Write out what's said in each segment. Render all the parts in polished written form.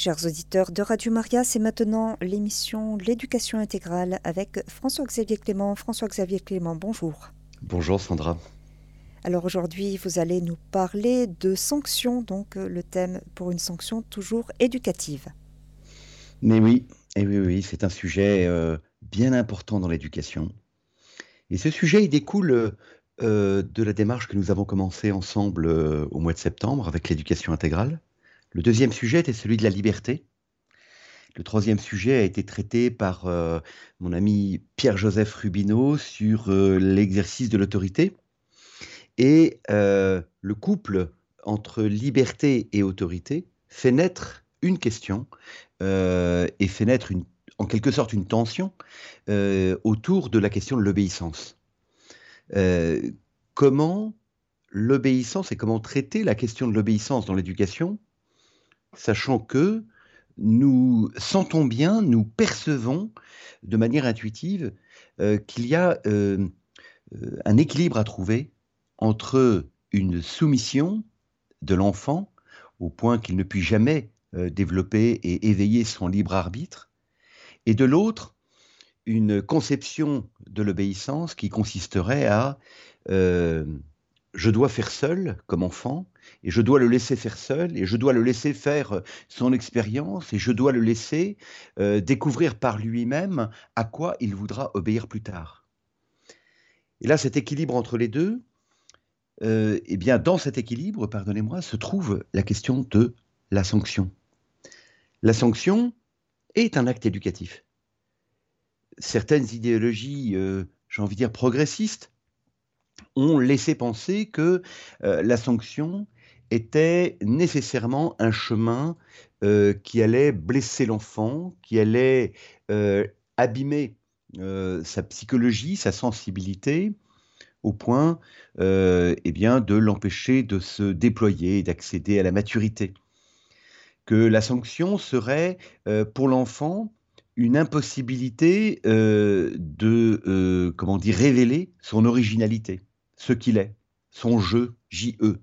Chers auditeurs de Radio Maria, c'est maintenant l'émission L'éducation intégrale avec François-Xavier Clément. François-Xavier Clément, bonjour. Bonjour Sandra. Alors aujourd'hui, vous allez nous parler de sanctions, donc le thème pour une sanction toujours éducative. Mais oui, oui, c'est un sujet bien important dans l'éducation. Et ce sujet, il découle de la démarche que nous avons commencée ensemble au mois de septembre avec l'éducation intégrale. Le deuxième sujet était celui de la liberté. Le troisième sujet a été traité par mon ami Pierre-Joseph Rubineau sur l'exercice de l'autorité. Et le couple entre liberté et autorité fait naître une question et fait naître en quelque sorte une tension autour de la question de l'obéissance. Comment l'obéissance et comment traiter la question de l'obéissance dans l'éducation, sachant que nous sentons bien, nous percevons de manière intuitive qu'il y a un équilibre à trouver entre une soumission de l'enfant au point qu'il ne puisse jamais développer et éveiller son libre arbitre, et de l'autre, une conception de l'obéissance qui consisterait à je dois faire seul comme enfant, et je dois le laisser faire seul, et je dois le laisser faire son expérience, et je dois le laisser découvrir par lui-même à quoi il voudra obéir plus tard. Et là, cet équilibre entre les deux, eh bien, dans cet équilibre, pardonnez-moi, se trouve la question de la sanction. La sanction est un acte éducatif. Certaines idéologies, j'ai envie de dire progressistes, ont laissé penser que la sanction était nécessairement un chemin qui allait blesser l'enfant, qui allait abîmer sa psychologie, sa sensibilité, au point eh bien, de l'empêcher de se déployer et d'accéder à la maturité. Que la sanction serait pour l'enfant une impossibilité de révéler son originalité, ce qu'il est, son je, J-E.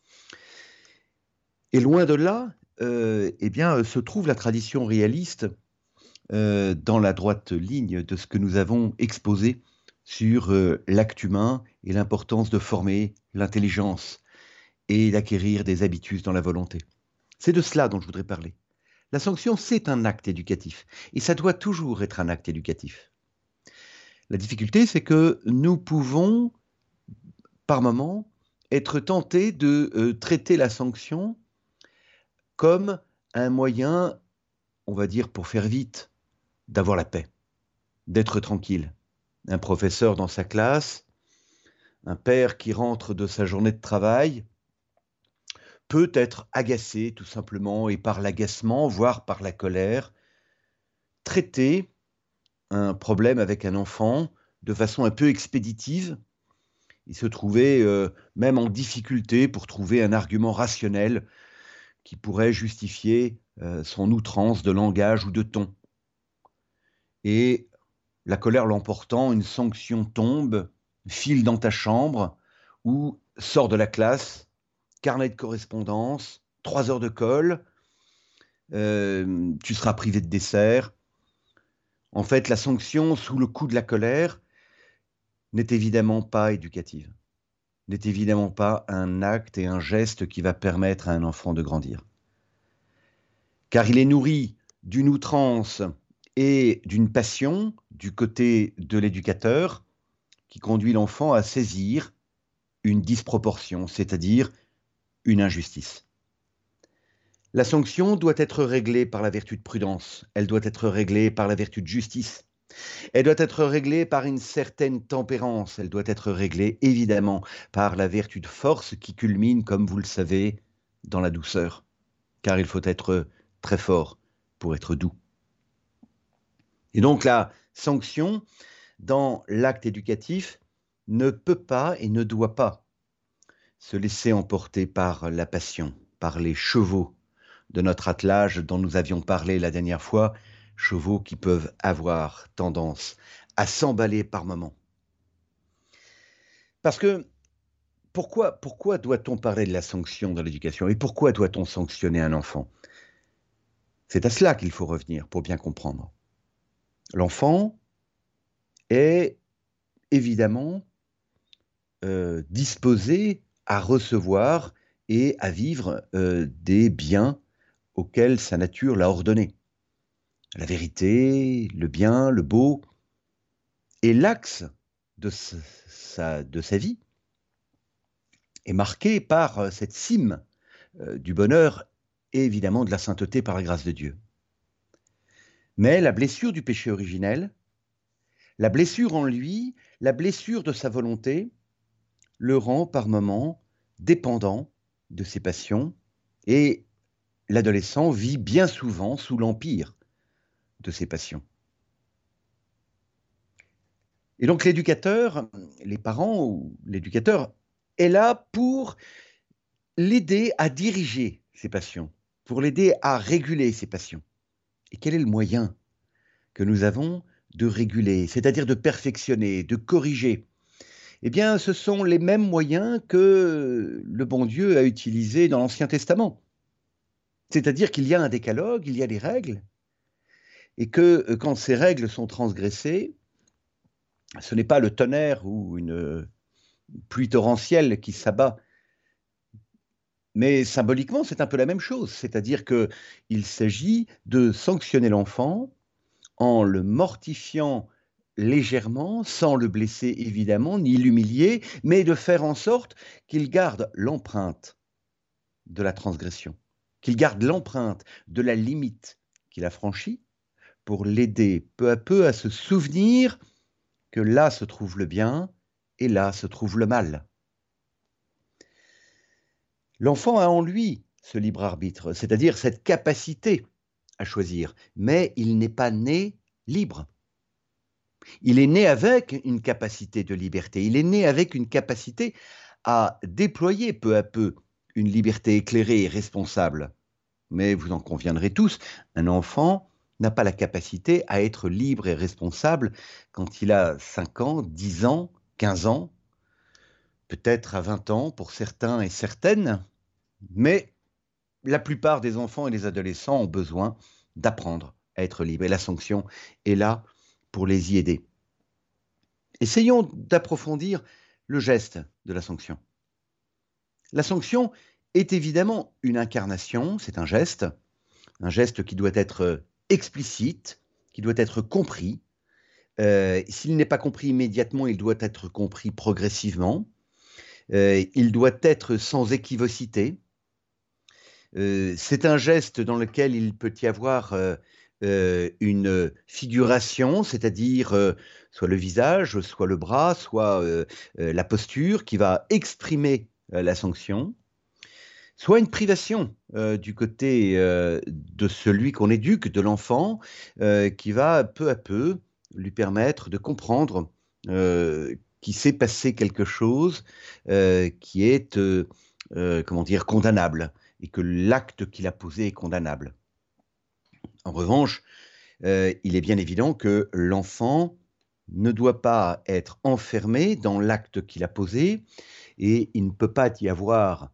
Et loin de là, eh bien, se trouve la tradition réaliste dans la droite ligne de ce que nous avons exposé sur l'acte humain et l'importance de former l'intelligence et d'acquérir des habitudes dans la volonté. C'est de cela dont je voudrais parler. La sanction, c'est un acte éducatif, et ça doit toujours être un acte éducatif. La difficulté, c'est que nous pouvons, par moments, être tentés de traiter la sanction comme un moyen, on va dire pour faire vite, d'avoir la paix, d'être tranquille. Un professeur dans sa classe, un père qui rentre de sa journée de travail, peut être agacé tout simplement et par l'agacement, voire par la colère, traiter un problème avec un enfant de façon un peu expéditive et se trouver même en difficulté pour trouver un argument rationnel qui pourrait justifier son outrance de langage ou de ton. Et la colère l'emportant, une sanction tombe, file dans ta chambre ou sort de la classe, carnet de correspondance, 3 heures de colle, tu seras privé de dessert. En fait, la sanction sous le coup de la colère n'est évidemment pas éducative, n'est évidemment pas un acte et un geste qui va permettre à un enfant de grandir. Car il est nourri d'une outrance et d'une passion du côté de l'éducateur qui conduit l'enfant à saisir une disproportion, c'est-à-dire une injustice. La sanction doit être réglée par la vertu de prudence, elle doit être réglée par la vertu de justice, elle doit être réglée par une certaine tempérance, elle doit être réglée évidemment par la vertu de force qui culmine, comme vous le savez, dans la douceur, car il faut être très fort pour être doux. Et donc la sanction, dans l'acte éducatif, ne peut pas et ne doit pas se laisser emporter par la passion, par les chevaux de notre attelage dont nous avions parlé la dernière fois, chevaux qui peuvent avoir tendance à s'emballer par moments. Parce que pourquoi doit-on parler de la sanction dans l'éducation et pourquoi doit-on sanctionner un enfant ? C'est à cela qu'il faut revenir pour bien comprendre. L'enfant est évidemment disposé à recevoir et à vivre des biens auxquels sa nature l'a ordonné. La vérité, le bien, le beau. Et l'axe de sa vie est marqué par cette cime du bonheur et évidemment de la sainteté par la grâce de Dieu. Mais la blessure du péché originel, la blessure en lui, la blessure de sa volonté, le rend par moments dépendant de ses passions et l'adolescent vit bien souvent sous l'empire de ses passions. Et donc l'éducateur, les parents ou l'éducateur est là pour l'aider à diriger ses passions, pour l'aider à réguler ses passions. Et quel est le moyen que nous avons de réguler, c'est-à-dire de perfectionner, de corriger? Eh bien, ce sont les mêmes moyens que le bon Dieu a utilisés dans l'Ancien Testament. C'est-à-dire qu'il y a un décalogue, il y a des règles, et que quand ces règles sont transgressées, ce n'est pas le tonnerre ou une pluie torrentielle qui s'abat, mais symboliquement, c'est un peu la même chose. C'est-à-dire qu'il s'agit de sanctionner l'enfant en le mortifiant légèrement, sans le blesser évidemment, ni l'humilier, mais de faire en sorte qu'il garde l'empreinte de la transgression, qu'il garde l'empreinte de la limite qu'il a franchie, pour l'aider peu à peu à se souvenir que là se trouve le bien et là se trouve le mal. L'enfant a en lui ce libre arbitre, c'est-à-dire cette capacité à choisir, mais il n'est pas né libre. Il est né avec une capacité de liberté, il est né avec une capacité à déployer peu à peu une liberté éclairée et responsable. Mais vous en conviendrez tous, un enfant n'a pas la capacité à être libre et responsable quand il a 5 ans, 10 ans, 15 ans, peut-être à 20 ans pour certains et certaines, mais la plupart des enfants et des adolescents ont besoin d'apprendre à être libres. Et la sanction est là pour les y aider. Essayons d'approfondir le geste de la sanction. La sanction est évidemment une incarnation, c'est un geste qui doit être explicite, qui doit être compris. S'il n'est pas compris immédiatement, il doit être compris progressivement. Il doit être sans équivocité. C'est un geste dans lequel il peut y avoir une figuration, c'est-à-dire soit le visage, soit le bras, soit la posture qui va exprimer la sanction, soit une privation du côté de celui qu'on éduque, de l'enfant, qui va peu à peu lui permettre de comprendre qu'il s'est passé quelque chose qui est, comment dire, condamnable, et que l'acte qu'il a posé est condamnable. En revanche, il est bien évident que l'enfant ne doit pas être enfermé dans l'acte qu'il a posé, et il ne peut pas y avoir,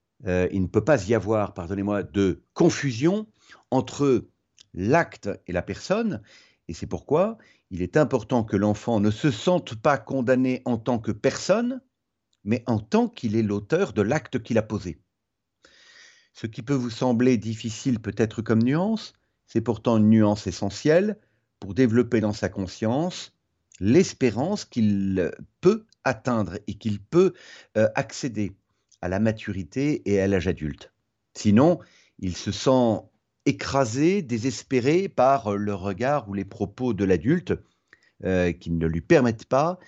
pardonnez-moi, de confusion entre l'acte et la personne, et c'est pourquoi il est important que l'enfant ne se sente pas condamné en tant que personne, mais en tant qu'il est l'auteur de l'acte qu'il a posé. Ce qui peut vous sembler difficile peut-être comme nuance, c'est pourtant une nuance essentielle pour développer dans sa conscience l'espérance qu'il peut atteindre et qu'il peut accéder à la maturité et à l'âge adulte. Sinon, il se sent écrasé, désespéré par le regard ou les propos de l'adulte qui ne lui permettent pas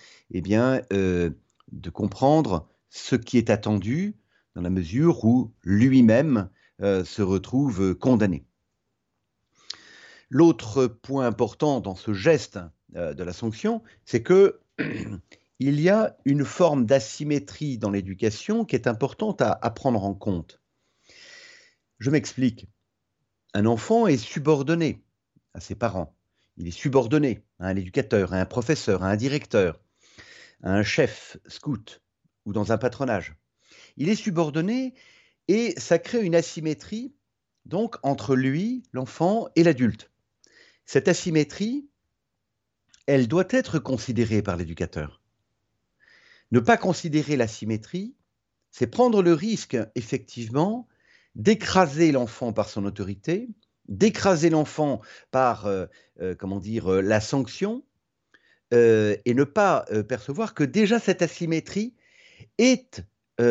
de comprendre ce qui est attendu dans la mesure où lui-même se retrouve condamné. L'autre point important dans ce geste de la sanction, c'est que il y a une forme d'asymétrie dans l'éducation qui est importante à prendre en compte. Je m'explique. Un enfant est subordonné à ses parents. Il est subordonné à un éducateur, à un professeur, à un directeur, à un chef scout ou dans un patronage. Il est subordonné et ça crée une asymétrie donc entre lui, l'enfant, et l'adulte. Cette asymétrie, elle doit être considérée par l'éducateur. Ne pas considérer l'asymétrie, c'est prendre le risque, effectivement, d'écraser l'enfant par son autorité, d'écraser l'enfant par, comment dire, la sanction, et ne pas percevoir que déjà cette asymétrie est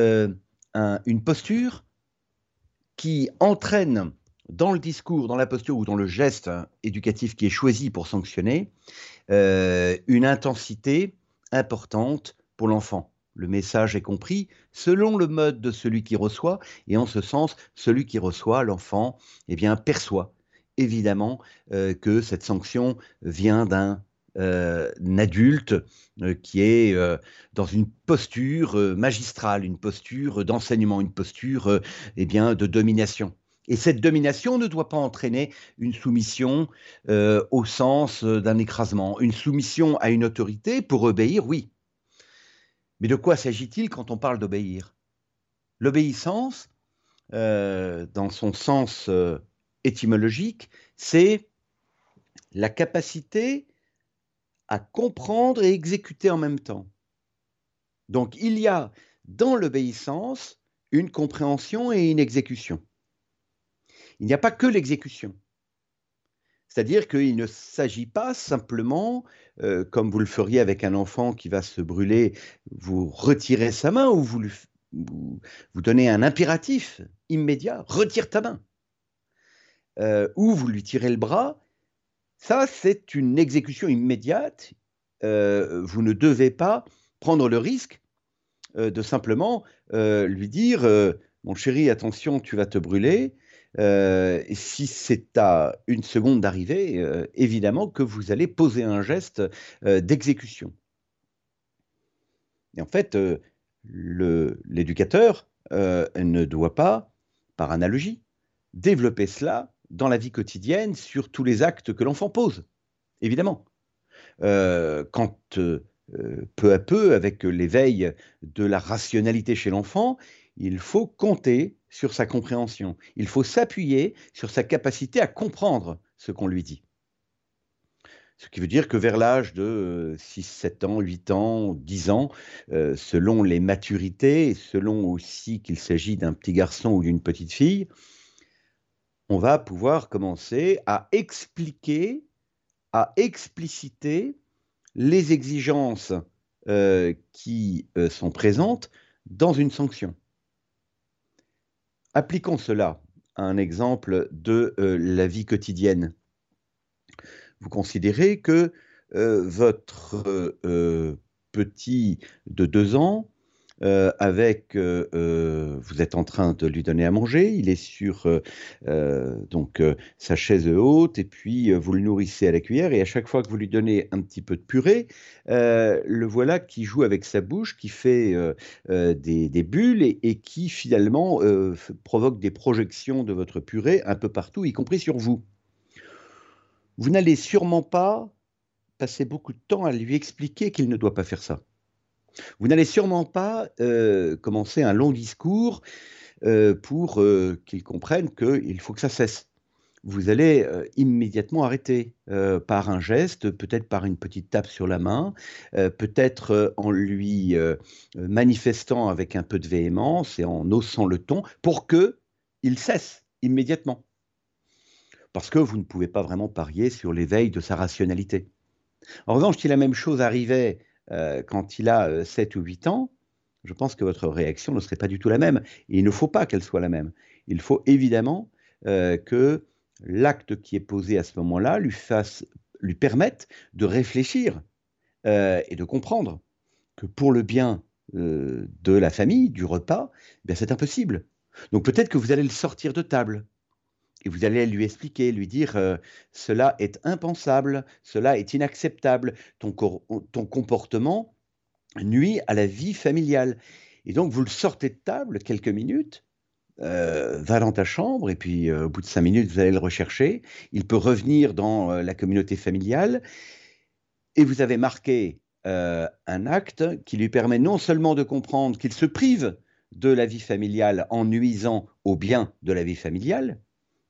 une posture qui entraîne dans le discours, dans la posture ou dans le geste éducatif qui est choisi pour sanctionner, une intensité importante pour l'enfant. Le message est compris selon le mode de celui qui reçoit, et en ce sens, celui qui reçoit, l'enfant, eh bien, perçoit évidemment que cette sanction vient d'un adulte qui est dans une posture magistrale, une posture d'enseignement, une posture eh bien, de domination. Et cette domination ne doit pas entraîner une soumission au sens d'un écrasement. Une soumission à une autorité pour obéir, oui. Mais de quoi s'agit-il quand on parle d'obéir? L'obéissance, dans son sens étymologique, c'est la capacité à comprendre et exécuter en même temps. Donc il y a dans l'obéissance une compréhension et une exécution. Il n'y a pas que l'exécution. C'est-à-dire qu'il ne s'agit pas simplement, comme vous le feriez avec un enfant qui va se brûler, vous retirez sa main ou vous donnez un impératif immédiat, retire ta main, ou vous lui tirez le bras. Ça, c'est une exécution immédiate. Vous ne devez pas prendre le risque de simplement lui dire mon chéri, attention, tu vas te brûler. Si c'est à une seconde d'arriver, évidemment que vous allez poser un geste d'exécution. Et en fait, l'éducateur ne doit pas, par analogie, développer cela dans la vie quotidienne sur tous les actes que l'enfant pose, évidemment. Quand peu à peu, avec l'éveil de la rationalité chez l'enfant, il faut compter sur sa compréhension. Il faut s'appuyer sur sa capacité à comprendre ce qu'on lui dit. Ce qui veut dire que vers l'âge de 6, 7 ans, 8 ans, 10 ans, selon les maturités, et selon aussi qu'il s'agit d'un petit garçon ou d'une petite fille, on va pouvoir commencer à expliquer, à expliciter les exigences qui sont présentes dans une sanction. Appliquons cela à un exemple de la vie quotidienne. Vous considérez que votre petit de 2 ans, vous êtes en train de lui donner à manger, il est sur sa chaise haute, et puis vous le nourrissez à la cuillère, et à chaque fois que vous lui donnez un petit peu de purée, le voilà qui joue avec sa bouche, qui fait des bulles, et qui finalement provoque des projections de votre purée un peu partout, y compris sur vous. Vous n'allez sûrement pas passer beaucoup de temps à lui expliquer qu'il ne doit pas faire ça. Vous n'allez sûrement pas commencer un long discours pour qu'il comprenne qu'il faut que ça cesse. Vous allez immédiatement arrêter par un geste, peut-être par une petite tape sur la main, peut-être en lui manifestant avec un peu de véhémence et en haussant le ton pour qu'il cesse immédiatement. Parce que vous ne pouvez pas vraiment parier sur l'éveil de sa rationalité. En revanche, si la même chose arrivait quand il a 7 ou 8 ans, je pense que votre réaction ne serait pas du tout la même. Et il ne faut pas qu'elle soit la même. Il faut évidemment que l'acte qui est posé à ce moment-là lui permette de réfléchir et de comprendre que pour le bien de la famille, du repas, bien c'est impossible. Donc peut-être que vous allez le sortir de table. Et vous allez lui expliquer, lui dire cela est impensable, cela est inacceptable, ton comportement nuit à la vie familiale. Et donc vous le sortez de table quelques minutes, va dans ta chambre, et puis au bout de 5 minutes, vous allez le rechercher. Il peut revenir dans la communauté familiale, et vous avez marqué un acte qui lui permet non seulement de comprendre qu'il se prive de la vie familiale en nuisant au bien de la vie familiale,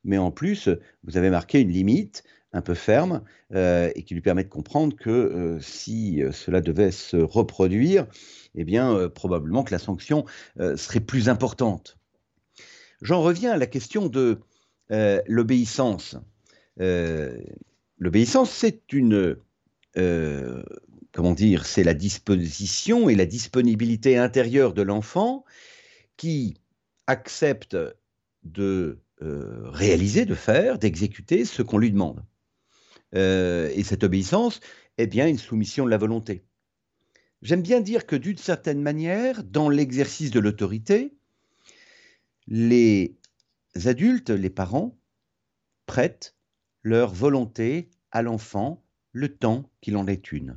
mais en plus, vous avez marqué une limite un peu ferme et qui lui permet de comprendre que si cela devait se reproduire, eh bien, probablement que la sanction serait plus importante. J'en reviens à la question de l'obéissance. L'obéissance, c'est une, comment dire, c'est la disposition et la disponibilité intérieure de l'enfant qui accepte de réaliser, de faire, d'exécuter ce qu'on lui demande. Et cette obéissance est bien une soumission de la volonté. J'aime bien dire que d'une certaine manière, dans l'exercice de l'autorité, les adultes, les parents, prêtent leur volonté à l'enfant le temps qu'il en est une.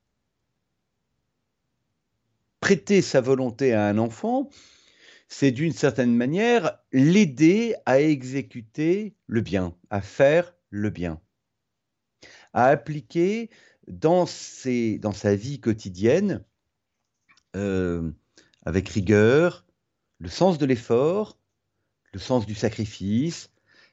Prêter sa volonté à un enfant, c'est d'une certaine manière l'aider à exécuter le bien, à faire le bien, à appliquer dans sa vie quotidienne, avec rigueur, le sens de l'effort, le sens du sacrifice,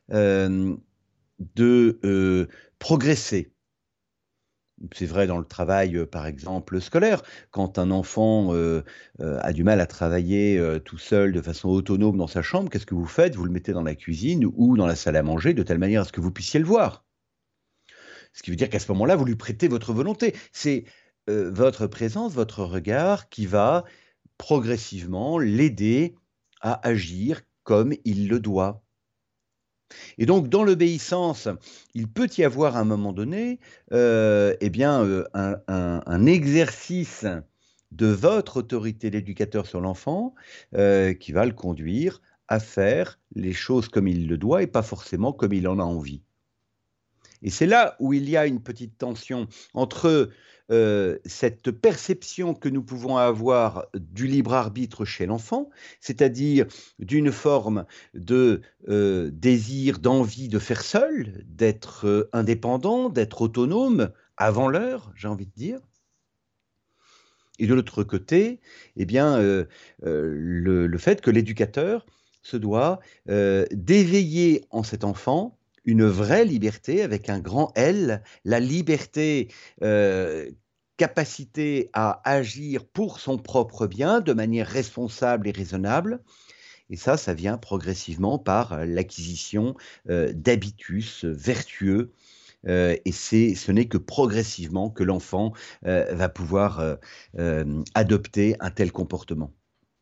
de progresser. C'est vrai dans le travail, par exemple, scolaire. Quand un enfant a du mal à travailler tout seul de façon autonome dans sa chambre, qu'est-ce que vous faites? Vous le mettez dans la cuisine ou dans la salle à manger de telle manière à ce que vous puissiez le voir. Ce qui veut dire qu'à ce moment-là, vous lui prêtez votre volonté. C'est votre présence, votre regard qui va progressivement l'aider à agir comme il le doit. Et donc, dans l'obéissance, il peut y avoir à un moment donné eh bien, un exercice de votre autorité d'éducateur sur l'enfant qui va le conduire à faire les choses comme il le doit et pas forcément comme il en a envie. Et c'est là où il y a une petite tension entre cette perception que nous pouvons avoir du libre arbitre chez l'enfant, c'est-à-dire d'une forme de désir, d'envie de faire seul, d'être indépendant, d'être autonome, avant l'heure, j'ai envie de dire. Et de l'autre côté, eh bien, le fait que l'éducateur se doit d'éveiller en cet enfant une vraie liberté avec un grand L, la liberté, capacité à agir pour son propre bien de manière responsable et raisonnable. Et ça vient progressivement par l'acquisition d'habitus vertueux. Et ce n'est que progressivement que l'enfant va pouvoir adopter un tel comportement.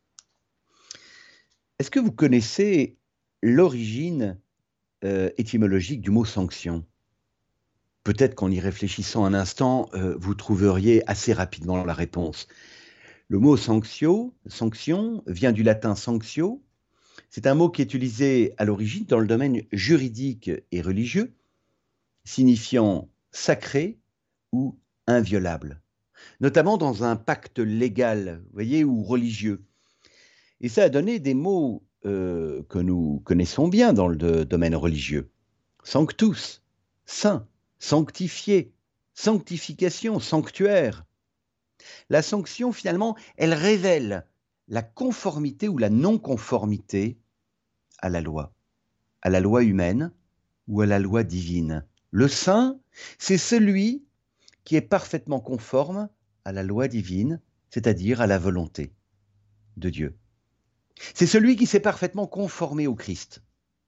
Est-ce que vous connaissez l'origine étymologique du mot sanction? Peut-être qu'en y réfléchissant un instant, vous trouveriez assez rapidement la réponse. Le mot sanction vient du latin sanctio. C'est un mot qui est utilisé à l'origine dans le domaine juridique et religieux, signifiant sacré ou inviolable, notamment dans un pacte légal, vous voyez, ou religieux. Et ça a donné des mots que nous connaissons bien dans le domaine religieux. Sanctus, saint, sanctifié, sanctification, sanctuaire. La sanction, finalement, elle révèle la conformité ou la non-conformité à la loi humaine ou à la loi divine. Le saint, c'est celui qui est parfaitement conforme à la loi divine, c'est-à-dire à la volonté de Dieu. C'est celui qui s'est parfaitement conformé au Christ.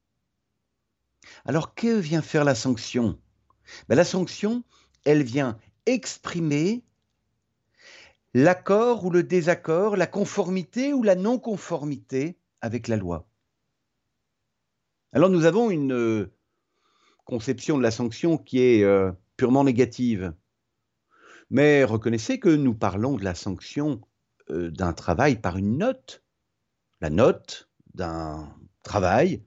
Alors, que vient faire la sanction? La sanction, elle vient exprimer l'accord ou le désaccord, la conformité ou la non-conformité avec la loi. Alors, nous avons une conception de la sanction qui est purement négative. Mais reconnaissez que nous parlons de la sanction d'un travail par une note. La note d'un travail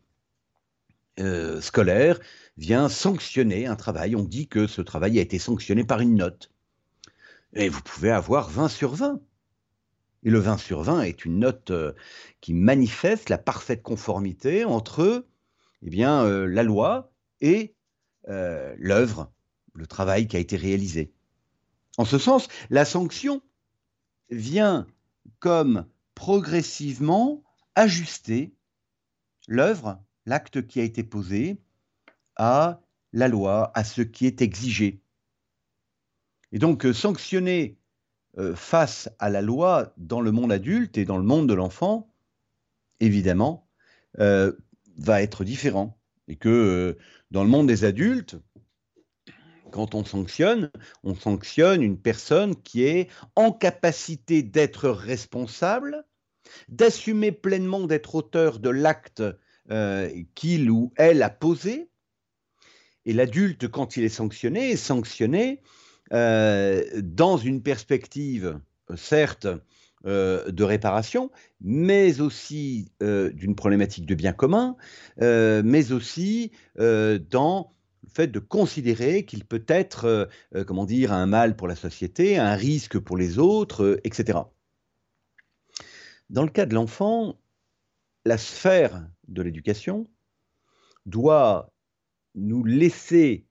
scolaire vient sanctionner un travail. On dit que ce travail a été sanctionné par une note. Et vous pouvez avoir 20 sur 20. Et le 20 sur 20 est une note qui manifeste la parfaite conformité entre la loi et l'œuvre, le travail qui a été réalisé. En ce sens, la sanction vient comme progressivement ajuster l'œuvre l'acte qui a été posé à la loi, à ce qui est exigé. Et donc, sanctionner face à la loi dans le monde adulte et dans le monde de l'enfant, évidemment, va être différent. Et que dans le monde des adultes, quand on sanctionne une personne qui est en capacité d'être responsable, d'assumer pleinement d'être auteur de l'acte qu'il ou elle a posé. Et l'adulte, quand il est sanctionné dans une perspective, certes, de réparation, mais aussi d'une problématique de bien commun, mais aussi dans le fait de considérer qu'il peut être, comment dire, un mal pour la société, un risque pour les autres, etc. Dans le cas de l'enfant, la sphère de l'éducation doit nous laisser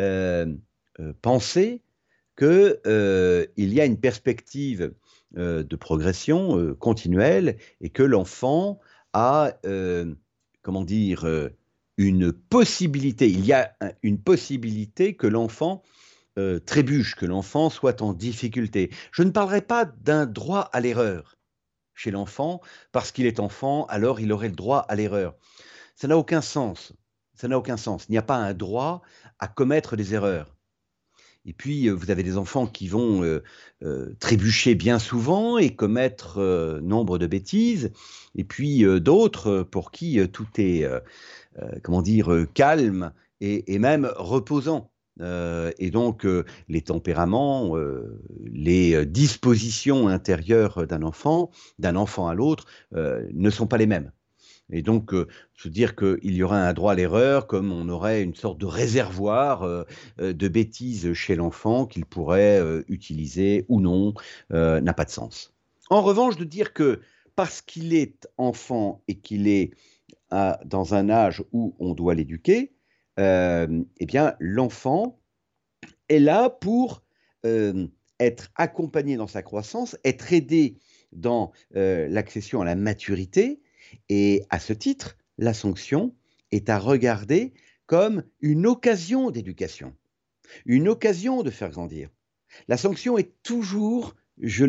penser qu'il y a une perspective de progression continuelle et que l'enfant a, comment dire, une possibilité, il y a une possibilité que l'enfant trébuche, que l'enfant soit en difficulté. Je ne parlerai pas d'un droit à l'erreur chez l'enfant, parce qu'il est enfant, alors il aurait le droit à l'erreur. Ça n'a aucun sens. Ça n'a aucun sens. Il n'y a pas un droit à commettre des erreurs. Et puis, vous avez des enfants qui vont trébucher bien souvent et commettre nombre de bêtises. Et puis, d'autres pour qui tout est, comment dire, calme et même reposant. Et donc, les tempéraments, les dispositions intérieures d'un enfant à l'autre, ne sont pas les mêmes. Et donc, se dire qu'il y aura un droit à l'erreur, comme on aurait une sorte de réservoir de bêtises chez l'enfant qu'il pourrait utiliser ou non, n'a pas de sens. En revanche, de dire que parce qu'il est enfant et qu'il est dans un âge où on doit l'éduquer, eh bien, l'enfant est là pour être accompagné dans sa croissance, être aidé dans l'accession à la maturité. Et à ce titre, la sanction est à regarder comme une occasion d'éducation, une occasion de faire grandir. La sanction est toujours, je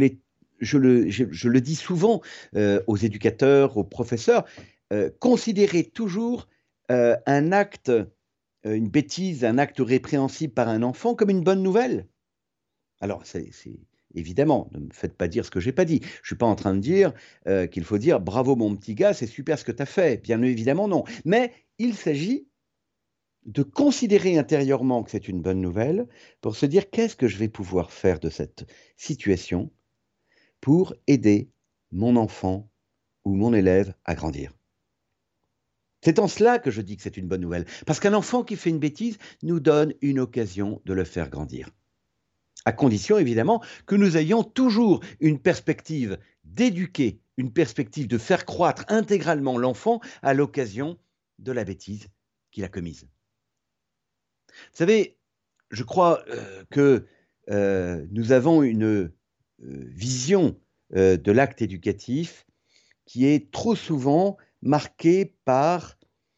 le dis souvent aux éducateurs, aux professeurs, considérez toujours un acte, une bêtise, un acte répréhensible par un enfant comme une bonne nouvelle. Alors, c'est évidemment, ne me faites pas dire ce que je n'ai pas dit. Je ne suis pas en train de dire qu'il faut dire bravo mon petit gars, c'est super ce que tu as fait. Bien évidemment, non. Mais il s'agit de considérer intérieurement que c'est une bonne nouvelle pour se dire qu'est-ce que je vais pouvoir faire de cette situation pour aider mon enfant ou mon élève à grandir. C'est en cela que je dis que c'est une bonne nouvelle. Parce qu'un enfant qui fait une bêtise nous donne une occasion de le faire grandir. À condition, évidemment, que nous ayons toujours une perspective d'éduquer, une perspective de faire croître intégralement l'enfant à l'occasion de la bêtise qu'il a commise. Vous savez, je crois que nous avons une vision de l'acte éducatif qui est trop souvent marquée par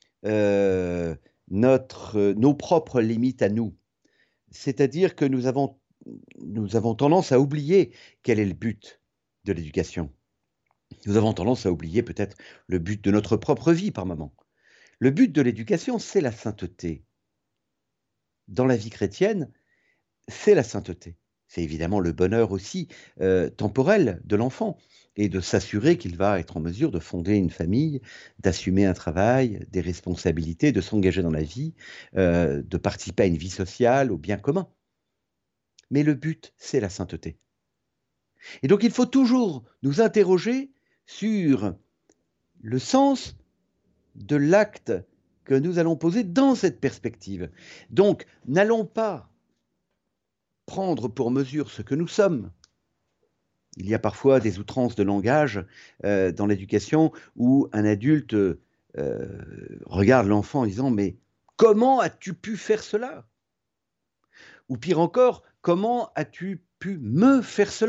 nos propres limites à nous. C'est-à-dire que nous avons tendance à oublier quel est le but de l'éducation. Nous avons tendance à oublier peut-être le but de notre propre vie par moment. Le but de l'éducation, c'est la sainteté. Dans la vie chrétienne, c'est la sainteté. C'est évidemment le bonheur aussi temporel de l'enfant et de s'assurer qu'il va être en mesure de fonder une famille, d'assumer un travail, des responsabilités, de s'engager dans la vie, de participer à une vie sociale, au bien commun. Mais le but, c'est la sainteté. Et donc, il faut toujours nous interroger sur le sens de l'acte que nous allons poser dans cette perspective. Donc, n'allons pas prendre pour mesure ce que nous sommes. Il y a parfois des outrances de langage dans l'éducation où un adulte regarde l'enfant en disant « Mais comment as-tu pu faire cela ?» Ou pire encore, « Comment as-tu pu me faire cela ?»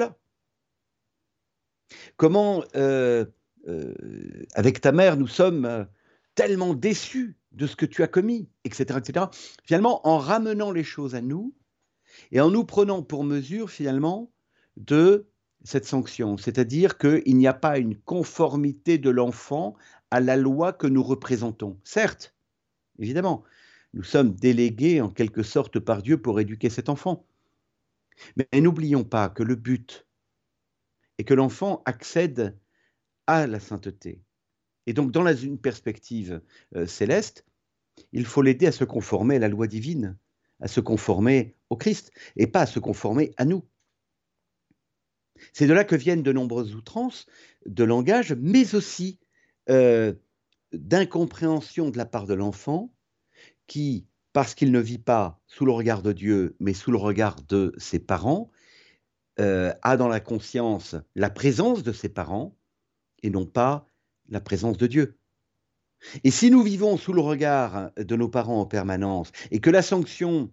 Comment, avec ta mère, nous sommes tellement déçu de ce que tu as commis, etc., etc. Finalement, en ramenant les choses à nous et en nous prenant pour mesure, finalement, de cette sanction. C'est-à-dire qu'il n'y a pas une conformité de l'enfant à la loi que nous représentons. Certes, évidemment, nous sommes délégués en quelque sorte par Dieu pour éduquer cet enfant. Mais n'oublions pas que le but est que l'enfant accède à la sainteté. Et donc, dans une perspective céleste, il faut l'aider à se conformer à la loi divine, à se conformer au Christ, et pas à se conformer à nous. C'est de là que viennent de nombreuses outrances de langage, mais aussi d'incompréhension de la part de l'enfant qui, parce qu'il ne vit pas sous le regard de Dieu, mais sous le regard de ses parents, a dans la conscience la présence de ses parents et non pas la présence de Dieu. Et si nous vivons sous le regard de nos parents en permanence et que la sanction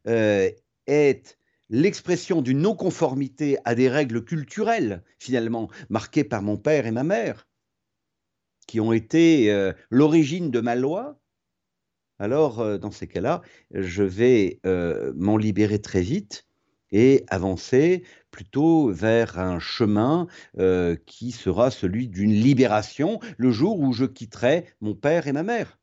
est l'expression d'une non-conformité à des règles culturelles, finalement, marquées par mon père et ma mère, qui ont été l'origine de ma loi, alors dans ces cas-là, je vais m'en libérer très vite et avancer plutôt vers un chemin qui sera celui d'une libération le jour où je quitterai mon père et ma mère.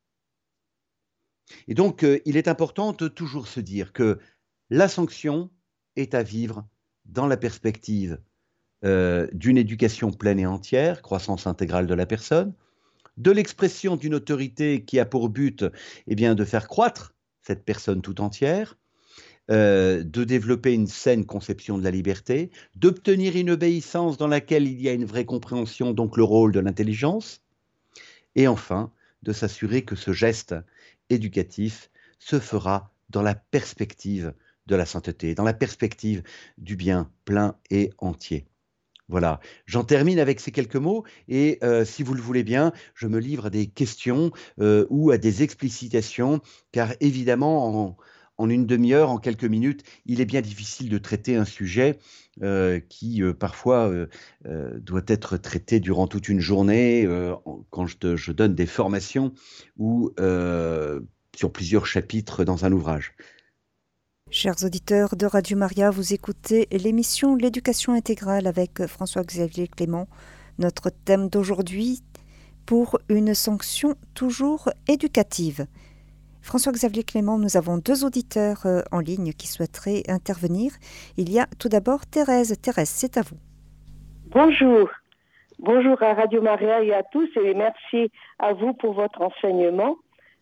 Et donc, il est important de toujours se dire que la sanction est à vivre dans la perspective d'une éducation pleine et entière, croissance intégrale de la personne, de l'expression d'une autorité qui a pour but de faire croître cette personne tout entière, de développer une saine conception de la liberté, d'obtenir une obéissance dans laquelle il y a une vraie compréhension, donc le rôle de l'intelligence, et enfin, de s'assurer que ce geste éducatif se fera dans la perspective de la sainteté, dans la perspective du bien plein et entier. Voilà, j'en termine avec ces quelques mots et si vous le voulez bien, je me livre à des questions ou à des explicitations, car évidemment, en une demi-heure, en quelques minutes, il est bien difficile de traiter un sujet qui parfois doit être traité durant toute une journée quand je donne des formations ou sur plusieurs chapitres dans un ouvrage. Chers auditeurs de Radio Maria, vous écoutez l'émission L'éducation intégrale avec François-Xavier Clément. Notre thème d'aujourd'hui, pour une sanction toujours éducative. François-Xavier Clément, nous avons 2 auditeurs en ligne qui souhaiteraient intervenir. Il y a tout d'abord Thérèse. Thérèse, c'est à vous. Bonjour. Bonjour à Radio Maria et à tous et merci à vous pour votre enseignement.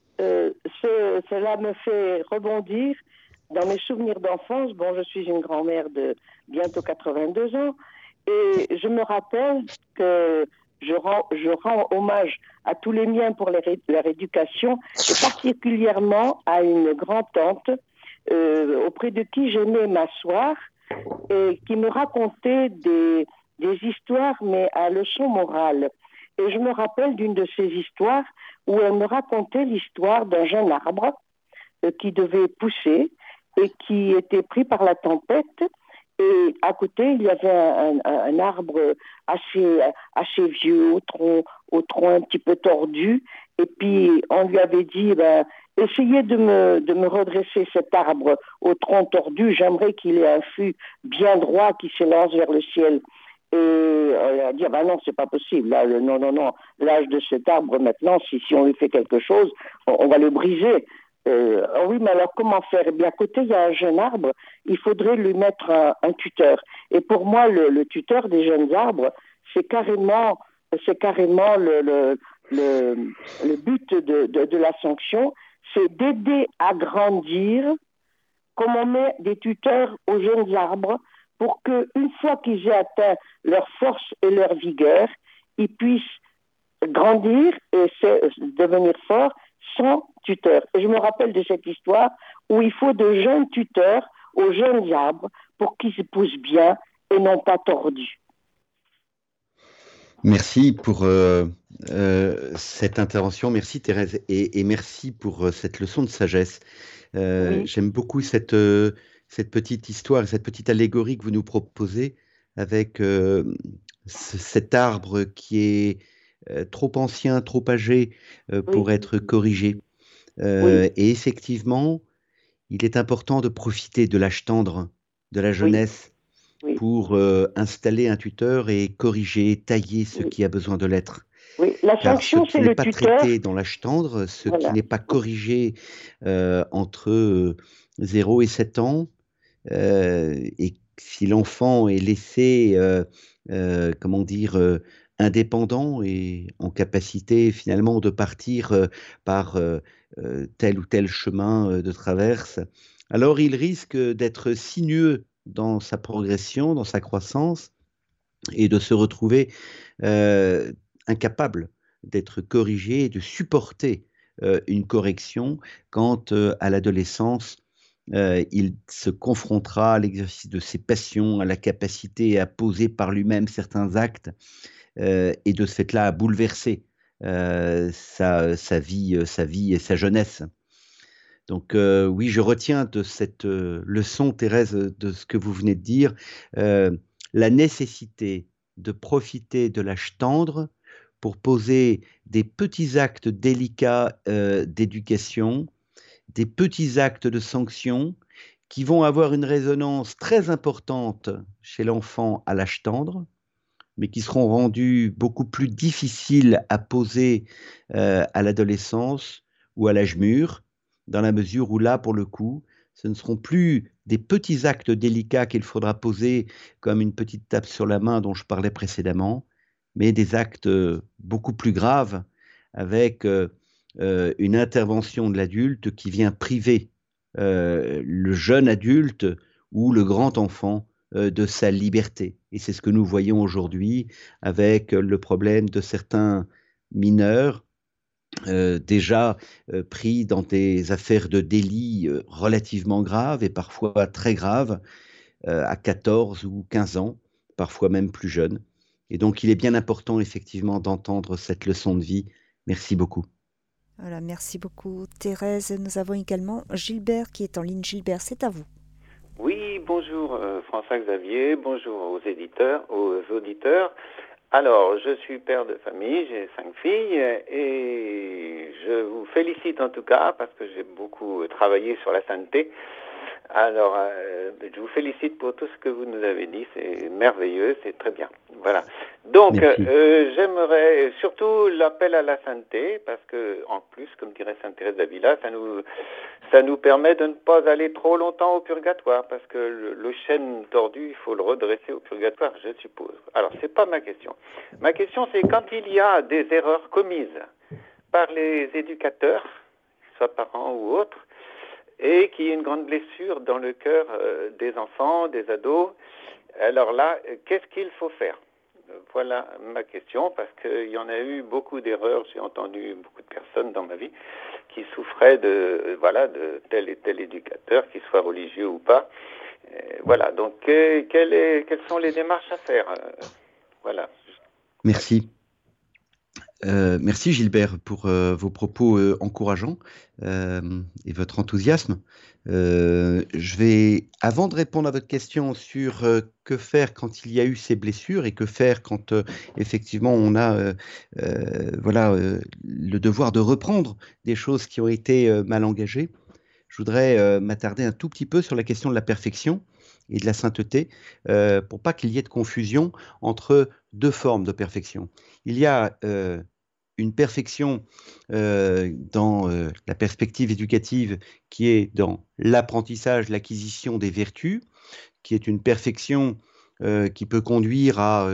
Cela me fait rebondir dans mes souvenirs d'enfance. Bon, je suis une grand-mère de bientôt 82 ans et je me rappelle que je rends hommage à tous les miens pour leur éducation et particulièrement à une grand-tante auprès de qui j'aimais m'asseoir et qui me racontait des histoires mais à leçon morale. Et je me rappelle d'une de ces histoires où elle me racontait l'histoire d'un jeune arbre qui devait pousser et qui était pris par la tempête. Et à côté, il y avait un arbre assez vieux, au tronc un petit peu tordu. Et puis, on lui avait dit, essayez de me redresser cet arbre au tronc tordu. J'aimerais qu'il ait un fût bien droit qui s'élance vers le ciel. Et elle a dit, non, c'est pas possible. Là, non. L'âge de cet arbre, maintenant, si on lui fait quelque chose, on va le briser. Oui, mais alors comment faire? Eh bien, à côté, il y a un jeune arbre, il faudrait lui mettre un tuteur. Et pour moi, le tuteur des jeunes arbres, c'est carrément le but de la sanction, c'est d'aider à grandir, comme on met des tuteurs aux jeunes arbres, pour qu'une fois qu'ils aient atteint leur force et leur vigueur, ils puissent grandir et devenir forts sans tuteur. Et je me rappelle de cette histoire où il faut de jeunes tuteurs aux jeunes arbres pour qu'ils se poussent bien et non pas tordus. Merci pour cette intervention. Merci Thérèse et merci pour cette leçon de sagesse. Oui. J'aime beaucoup cette petite histoire, cette petite allégorie que vous nous proposez avec cet arbre qui est trop ancien, trop âgé pour oui, être corrigé. oui, Et effectivement, il est important de profiter de l'âge tendre, de la oui, jeunesse, oui, pour installer un tuteur et corriger, tailler ce oui, qui a besoin de l'être. oui. La Car ce sanction, qui c'est n'est le pas tuteur. traité dans l'âge tendre, ce qui Voilà. n'est pas corrigé entre 0 et 7 ans, et si l'enfant est laissé, comment dire, indépendant et en capacité finalement de partir par tel ou tel chemin de traverse, alors il risque d'être sinueux dans sa progression, dans sa croissance, et de se retrouver euh, incapable d'être corrigé et de supporter une correction quand à l'adolescence, il se confrontera à l'exercice de ses passions, à la capacité à poser par lui-même certains actes et de ce fait-là à bouleverser sa vie et sa jeunesse. Donc oui, je retiens de cette leçon, Thérèse, de ce que vous venez de dire, euh, la nécessité de profiter de l'âge tendre pour poser des petits actes délicats d'éducation, des petits actes de sanction qui vont avoir une résonance très importante chez l'enfant à l'âge tendre, mais qui seront rendus beaucoup plus difficiles à poser à l'adolescence ou à l'âge mûr, dans la mesure où là, pour le coup, ce ne seront plus des petits actes délicats qu'il faudra poser comme une petite tape sur la main dont je parlais précédemment, mais des actes beaucoup plus graves avec une intervention de l'adulte qui vient priver le jeune adulte ou le grand enfant de sa liberté. Et c'est ce que nous voyons aujourd'hui avec le problème de certains mineurs déjà pris dans des affaires de délit relativement graves et parfois très graves à 14 ou 15 ans, parfois même plus jeunes. Et donc il est bien important effectivement d'entendre cette leçon de vie. Merci beaucoup. Voilà, merci beaucoup Thérèse. Nous avons également Gilbert qui est en ligne. Gilbert, c'est à vous. Oui, bonjour François-Xavier, bonjour aux auditeurs. Alors, je suis père de famille, j'ai 5 filles et je vous félicite en tout cas parce que j'ai beaucoup travaillé sur la sainteté. Alors, je vous félicite pour tout ce que vous nous avez dit, c'est merveilleux, c'est très bien. Voilà. Donc, j'aimerais surtout l'appel à la sainteté, parce que, en plus, comme dirait Sainte Thérèse d'Avila, ça nous permet de ne pas aller trop longtemps au purgatoire, parce que le chêne tordu, il faut le redresser au purgatoire, je suppose. Alors, c'est pas ma question. Ma question, c'est quand il y a des erreurs commises par les éducateurs, soit parents ou autres, et qu'il y ait une grande blessure dans le cœur des enfants, des ados. Alors là, qu'est-ce qu'il faut faire? Voilà ma question, parce qu'il y en a eu beaucoup d'erreurs. J'ai entendu beaucoup de personnes dans ma vie qui souffraient de tel et tel éducateur, qu'il soit religieux ou pas. Voilà, donc quelles sont les démarches à faire? Voilà. Merci. Merci Gilbert pour vos propos encourageants et votre enthousiasme. Je vais, avant de répondre à votre question sur que faire quand il y a eu ces blessures et que faire quand effectivement on a le devoir de reprendre des choses qui ont été mal engagées, je voudrais m'attarder un tout petit peu sur la question de la perfection et de la sainteté pour pas qu'il y ait de confusion entre deux formes de perfection. Il y a une perfection dans la perspective éducative qui est dans l'apprentissage, l'acquisition des vertus, qui est une perfection qui peut conduire à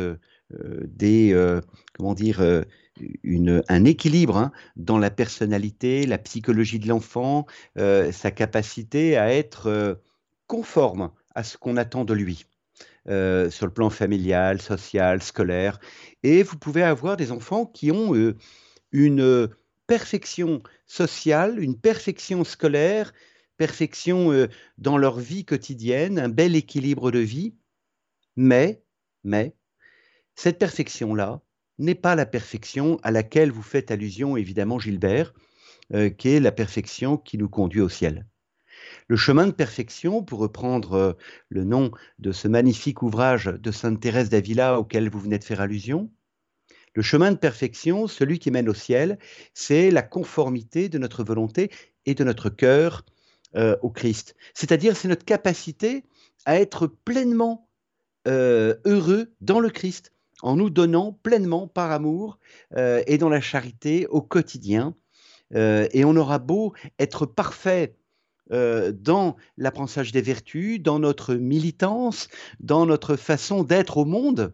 un équilibre dans la personnalité, la psychologie de l'enfant, sa capacité à être conforme à ce qu'on attend de lui. Sur le plan familial, social, scolaire. Et vous pouvez avoir des enfants qui ont une perfection sociale, une perfection scolaire, perfection dans leur vie quotidienne, un bel équilibre de vie, mais cette perfection-là n'est pas la perfection à laquelle vous faites allusion, évidemment, Gilbert, qui est la perfection qui nous conduit au ciel. Le chemin de perfection, pour reprendre le nom de ce magnifique ouvrage de Sainte Thérèse d'Avila auquel vous venez de faire allusion, Le chemin de perfection, celui qui mène au ciel, c'est la conformité de notre volonté et de notre cœur au Christ. C'est-à-dire, c'est notre capacité à être pleinement heureux dans le Christ, en nous donnant pleinement par amour et dans la charité au quotidien. Et on aura beau être parfait dans l'apprentissage des vertus, dans notre militance, dans notre façon d'être au monde,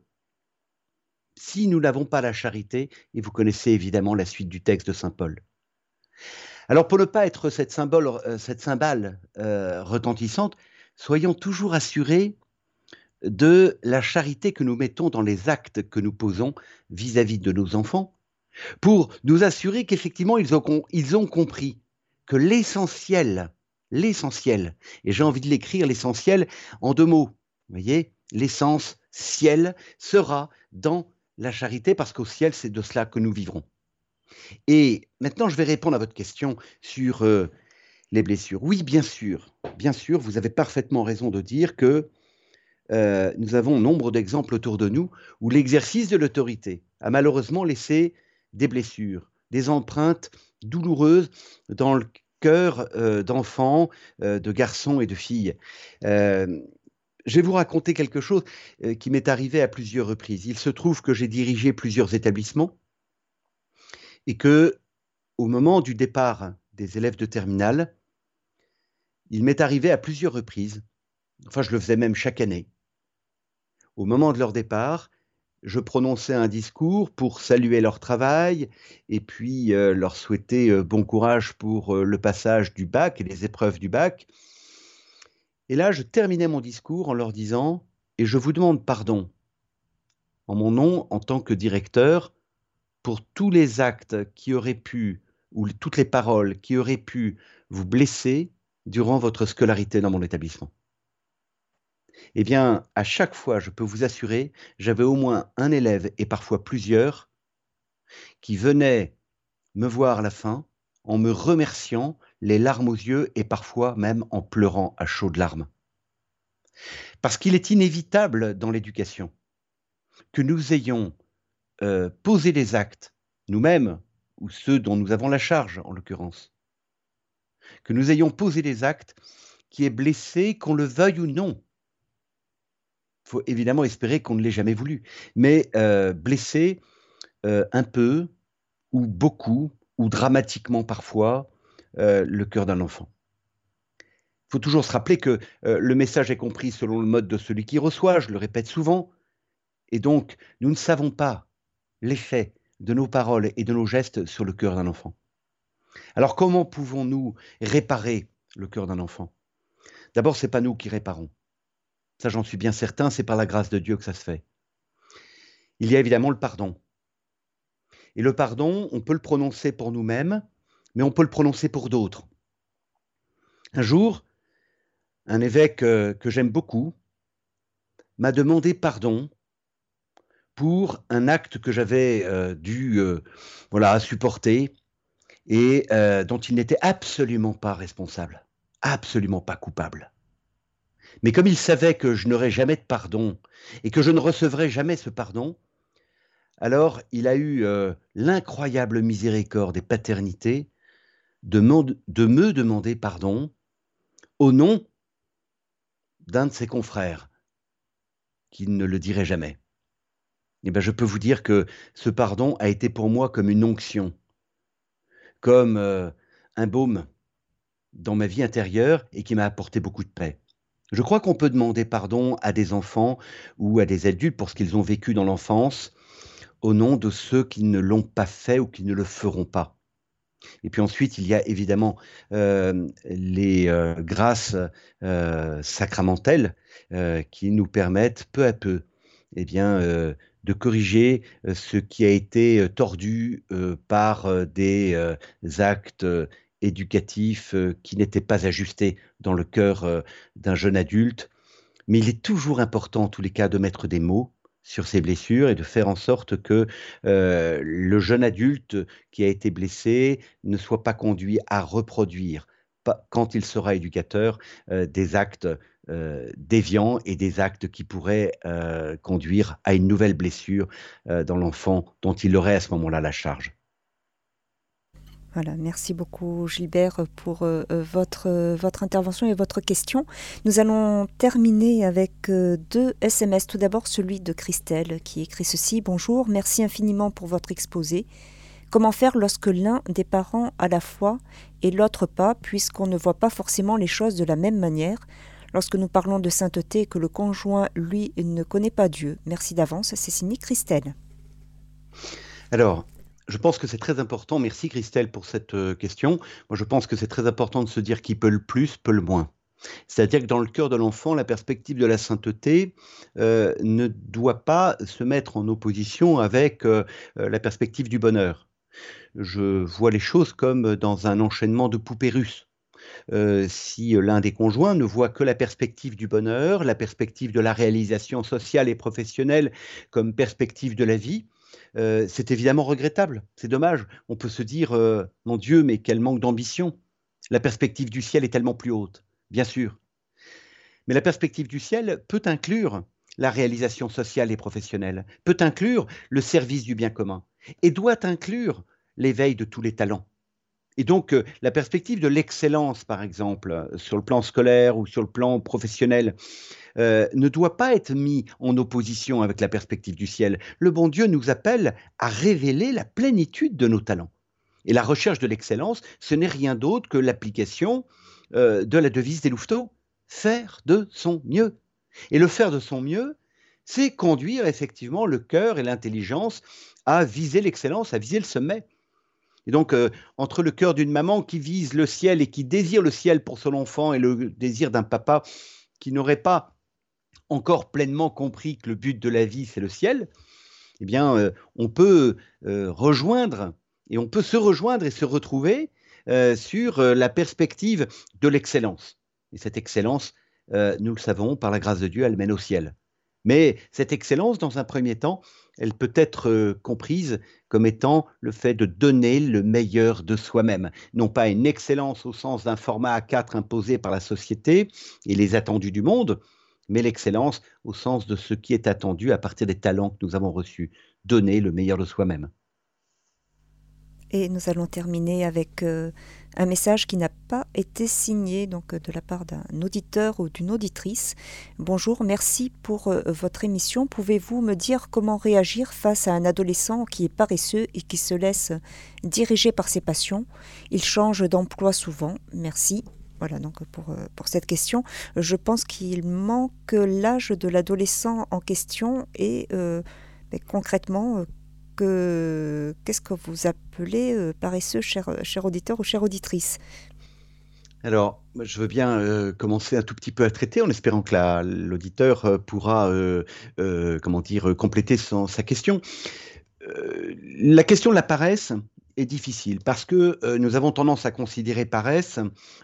si nous n'avons pas la charité, et vous connaissez évidemment la suite du texte de saint Paul. Alors pour ne pas être cette cymbale retentissante, soyons toujours assurés de la charité que nous mettons dans les actes que nous posons vis-à-vis de nos enfants, pour nous assurer qu'effectivement ils ont compris que l'essentiel, et j'ai envie de l'écrire, l'essentiel en 2 mots, vous voyez, l'essence ciel sera dans la charité, parce qu'au ciel, c'est de cela que nous vivrons. Et maintenant, je vais répondre à votre question sur les blessures. Oui, bien sûr, vous avez parfaitement raison de dire que nous avons nombre d'exemples autour de nous où l'exercice de l'autorité a malheureusement laissé des blessures, des empreintes douloureuses dans le cœur d'enfants, de garçons et de filles. Je vais vous raconter quelque chose qui m'est arrivé à plusieurs reprises. Il se trouve que j'ai dirigé plusieurs établissements et que, au moment du départ des élèves de terminale, il m'est arrivé à plusieurs reprises, enfin je le faisais même chaque année, au moment de leur départ, je prononçais un discours pour saluer leur travail et puis leur souhaiter bon courage pour le passage du bac et les épreuves du bac. Et là, je terminais mon discours en leur disant « Et je vous demande pardon, en mon nom en tant que directeur, pour tous les actes qui auraient pu, ou toutes les paroles qui auraient pu vous blesser durant votre scolarité dans mon établissement. » Eh bien, à chaque fois, je peux vous assurer, j'avais au moins un élève, et parfois plusieurs, qui venaient me voir à la fin en me remerciant, les larmes aux yeux, et parfois même en pleurant à chaudes larmes. Parce qu'il est inévitable dans l'éducation que nous ayons posé des actes, nous-mêmes, ou ceux dont nous avons la charge, en l'occurrence, que nous ayons posé des actes qui aient blessé, qu'on le veuille ou non. Il faut évidemment espérer qu'on ne l'ait jamais voulu, mais blessé un peu, ou beaucoup, ou dramatiquement parfois, le cœur d'un enfant. Il faut toujours se rappeler que le message est compris selon le mode de celui qui reçoit, je le répète souvent, et donc nous ne savons pas l'effet de nos paroles et de nos gestes sur le cœur d'un enfant. Alors comment pouvons-nous réparer le cœur d'un enfant? D'abord, ce n'est pas nous qui réparons. Ça, j'en suis bien certain, c'est par la grâce de Dieu que ça se fait. Il y a évidemment le pardon. Et le pardon, on peut le prononcer pour nous-mêmes, mais on peut le prononcer pour d'autres. Un jour, un évêque que j'aime beaucoup m'a demandé pardon pour un acte que j'avais dû supporter et dont il n'était absolument pas responsable, absolument pas coupable. Mais comme il savait que je n'aurais jamais de pardon et que je ne recevrais jamais ce pardon, alors il a eu l'incroyable miséricorde et paternité de me demander pardon au nom d'un de ses confrères, qui ne le dirait jamais. Eh bien, je peux vous dire que ce pardon a été pour moi comme une onction, comme un baume dans ma vie intérieure et qui m'a apporté beaucoup de paix. Je crois qu'on peut demander pardon à des enfants ou à des adultes pour ce qu'ils ont vécu dans l'enfance, au nom de ceux qui ne l'ont pas fait ou qui ne le feront pas. Et puis ensuite, il y a évidemment les grâces sacramentelles qui nous permettent peu à peu de corriger ce qui a été tordu par des actes éducatifs qui n'étaient pas ajustés dans le cœur d'un jeune adulte. Mais il est toujours important, en tous les cas, de mettre des mots sur ces blessures et de faire en sorte que le jeune adulte qui a été blessé ne soit pas conduit à reproduire quand il sera éducateur, des actes déviants et des actes qui pourraient conduire à une nouvelle blessure dans l'enfant dont il aurait à ce moment-là la charge. Voilà, merci beaucoup Gilbert pour votre intervention et votre question. Nous allons terminer avec 2 SMS. Tout d'abord celui de Christelle qui écrit ceci. Bonjour, merci infiniment pour votre exposé. Comment faire lorsque l'un des parents a la foi et l'autre pas, puisqu'on ne voit pas forcément les choses de la même manière lorsque nous parlons de sainteté et que le conjoint, lui, ne connaît pas Dieu? Merci d'avance, c'est signé Christelle. Alors, je pense que c'est très important, merci Christelle pour cette question. Moi, je pense que c'est très important de se dire qui peut le plus, peut le moins. C'est-à-dire que dans le cœur de l'enfant, la perspective de la sainteté ne doit pas se mettre en opposition avec la perspective du bonheur. Je vois les choses comme dans un enchaînement de poupées russes. Si l'un des conjoints ne voit que la perspective du bonheur, la perspective de la réalisation sociale et professionnelle comme perspective de la vie, c'est évidemment regrettable, c'est dommage. On peut se dire, mon Dieu, mais quel manque d'ambition. La perspective du ciel est tellement plus haute, bien sûr. Mais la perspective du ciel peut inclure la réalisation sociale et professionnelle, peut inclure le service du bien commun et doit inclure l'éveil de tous les talents. Et donc, la perspective de l'excellence, par exemple, sur le plan scolaire ou sur le plan professionnel, ne doit pas être mis en opposition avec la perspective du ciel. Le bon Dieu nous appelle à révéler la plénitude de nos talents. Et la recherche de l'excellence, ce n'est rien d'autre que l'application de la devise des Louveteaux, faire de son mieux. Et le faire de son mieux, c'est conduire effectivement le cœur et l'intelligence à viser l'excellence, à viser le sommet. Et donc, entre le cœur d'une maman qui vise le ciel et qui désire le ciel pour son enfant et le désir d'un papa qui n'aurait pas encore pleinement compris que le but de la vie, c'est le ciel, eh bien, on peut rejoindre et on peut se rejoindre et se retrouver sur la perspective de l'excellence. Et cette excellence, nous le savons, par la grâce de Dieu, elle mène au ciel. Mais cette excellence, dans un premier temps, elle peut être comprise comme étant le fait de donner le meilleur de soi-même. Non pas une excellence au sens d'un format A4 imposé par la société et les attendus du monde, mais l'excellence au sens de ce qui est attendu à partir des talents que nous avons reçus. Donner le meilleur de soi-même. Et nous allons terminer avec un message qui n'a pas été signé donc de la part d'un auditeur ou d'une auditrice. Bonjour, merci pour votre émission. Pouvez-vous me dire comment réagir face à un adolescent qui est paresseux et qui se laisse diriger par ses passions? Il change d'emploi souvent. Merci. Voilà donc pour cette question. Je pense qu'il manque l'âge de l'adolescent en question et concrètement... Qu'est-ce que vous appelez paresseux, cher auditeur ou chère auditrice? Alors, je veux bien commencer un tout petit peu à traiter en espérant que l'auditeur pourra compléter sa question. La question de la paresse est difficile parce que nous avons tendance à considérer paresse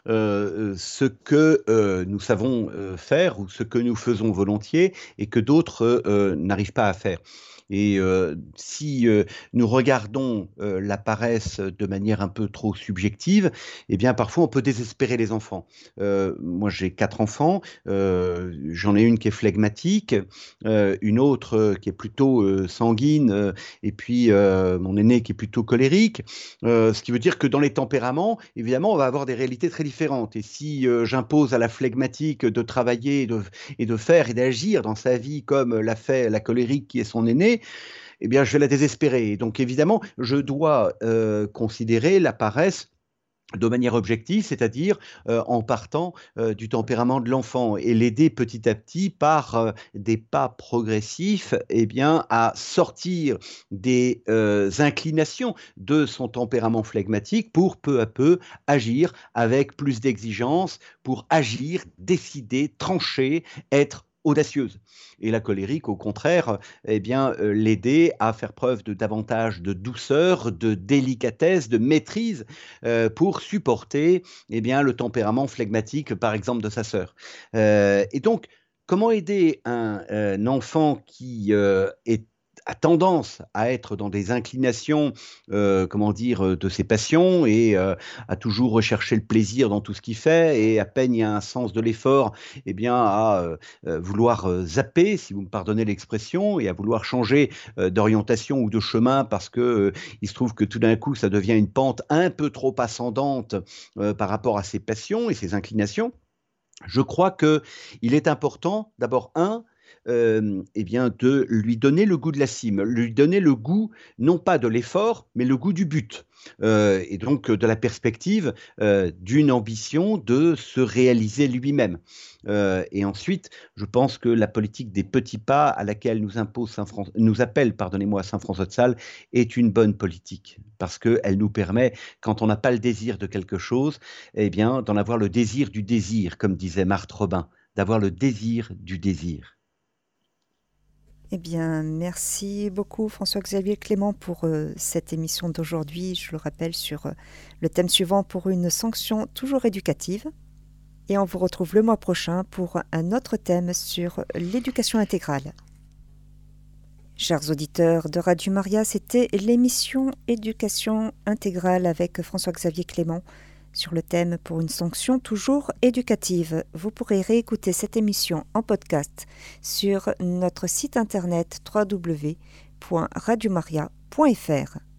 ce que nous savons faire ou ce que nous faisons volontiers et que d'autres n'arrivent pas à faire. Et si nous regardons la paresse de manière un peu trop subjective, eh bien parfois on peut désespérer les enfants. Moi j'ai 4 enfants, j'en ai une qui est flegmatique, une autre qui est plutôt sanguine, et puis mon aîné qui est plutôt colérique. Ce qui veut dire que dans les tempéraments, évidemment, on va avoir des réalités très différentes. Et si j'impose à la flegmatique de travailler et de faire et d'agir dans sa vie comme l'a fait la colérique qui est son aîné, eh bien, je vais la désespérer. Donc, évidemment, je dois considérer la paresse de manière objective, c'est-à-dire en partant du tempérament de l'enfant et l'aider petit à petit par des pas progressifs à sortir des inclinations de son tempérament flegmatique pour peu à peu agir avec plus d'exigence, pour agir, décider, trancher, être audacieuse. Et la colérique, au contraire, l'aider à faire preuve de davantage de douceur, de délicatesse, de maîtrise pour supporter le tempérament flegmatique, par exemple, de sa sœur. Et donc, comment aider un enfant qui est a tendance à être dans des inclinations, de ses passions et à toujours rechercher le plaisir dans tout ce qu'il fait, et à peine il y a un sens de l'effort, à vouloir zapper, si vous me pardonnez l'expression, et à vouloir changer d'orientation ou de chemin parce que il se trouve que tout d'un coup ça devient une pente un peu trop ascendante par rapport à ses passions et ses inclinations. Je crois qu'il est important, d'abord, de lui donner le goût de la cime, lui donner le goût, non pas de l'effort, mais le goût du but, et donc de la perspective d'une ambition de se réaliser lui-même. Et ensuite, je pense que la politique des petits pas à laquelle nous appelle Saint François de Sales est une bonne politique, parce qu'elle nous permet, quand on n'a pas le désir de quelque chose, d'en avoir le désir du désir, comme disait Marthe Robin, d'avoir le désir du désir. Merci beaucoup François-Xavier Clément pour cette émission d'aujourd'hui. Je le rappelle, sur le thème suivant, pour une sanction toujours éducative. Et on vous retrouve le mois prochain pour un autre thème sur l'éducation intégrale. Chers auditeurs de Radio Maria, c'était l'émission Éducation intégrale avec François-Xavier Clément sur le thème pour une sanction toujours éducative. Vous pourrez réécouter cette émission en podcast sur notre site internet www.radiomaria.fr.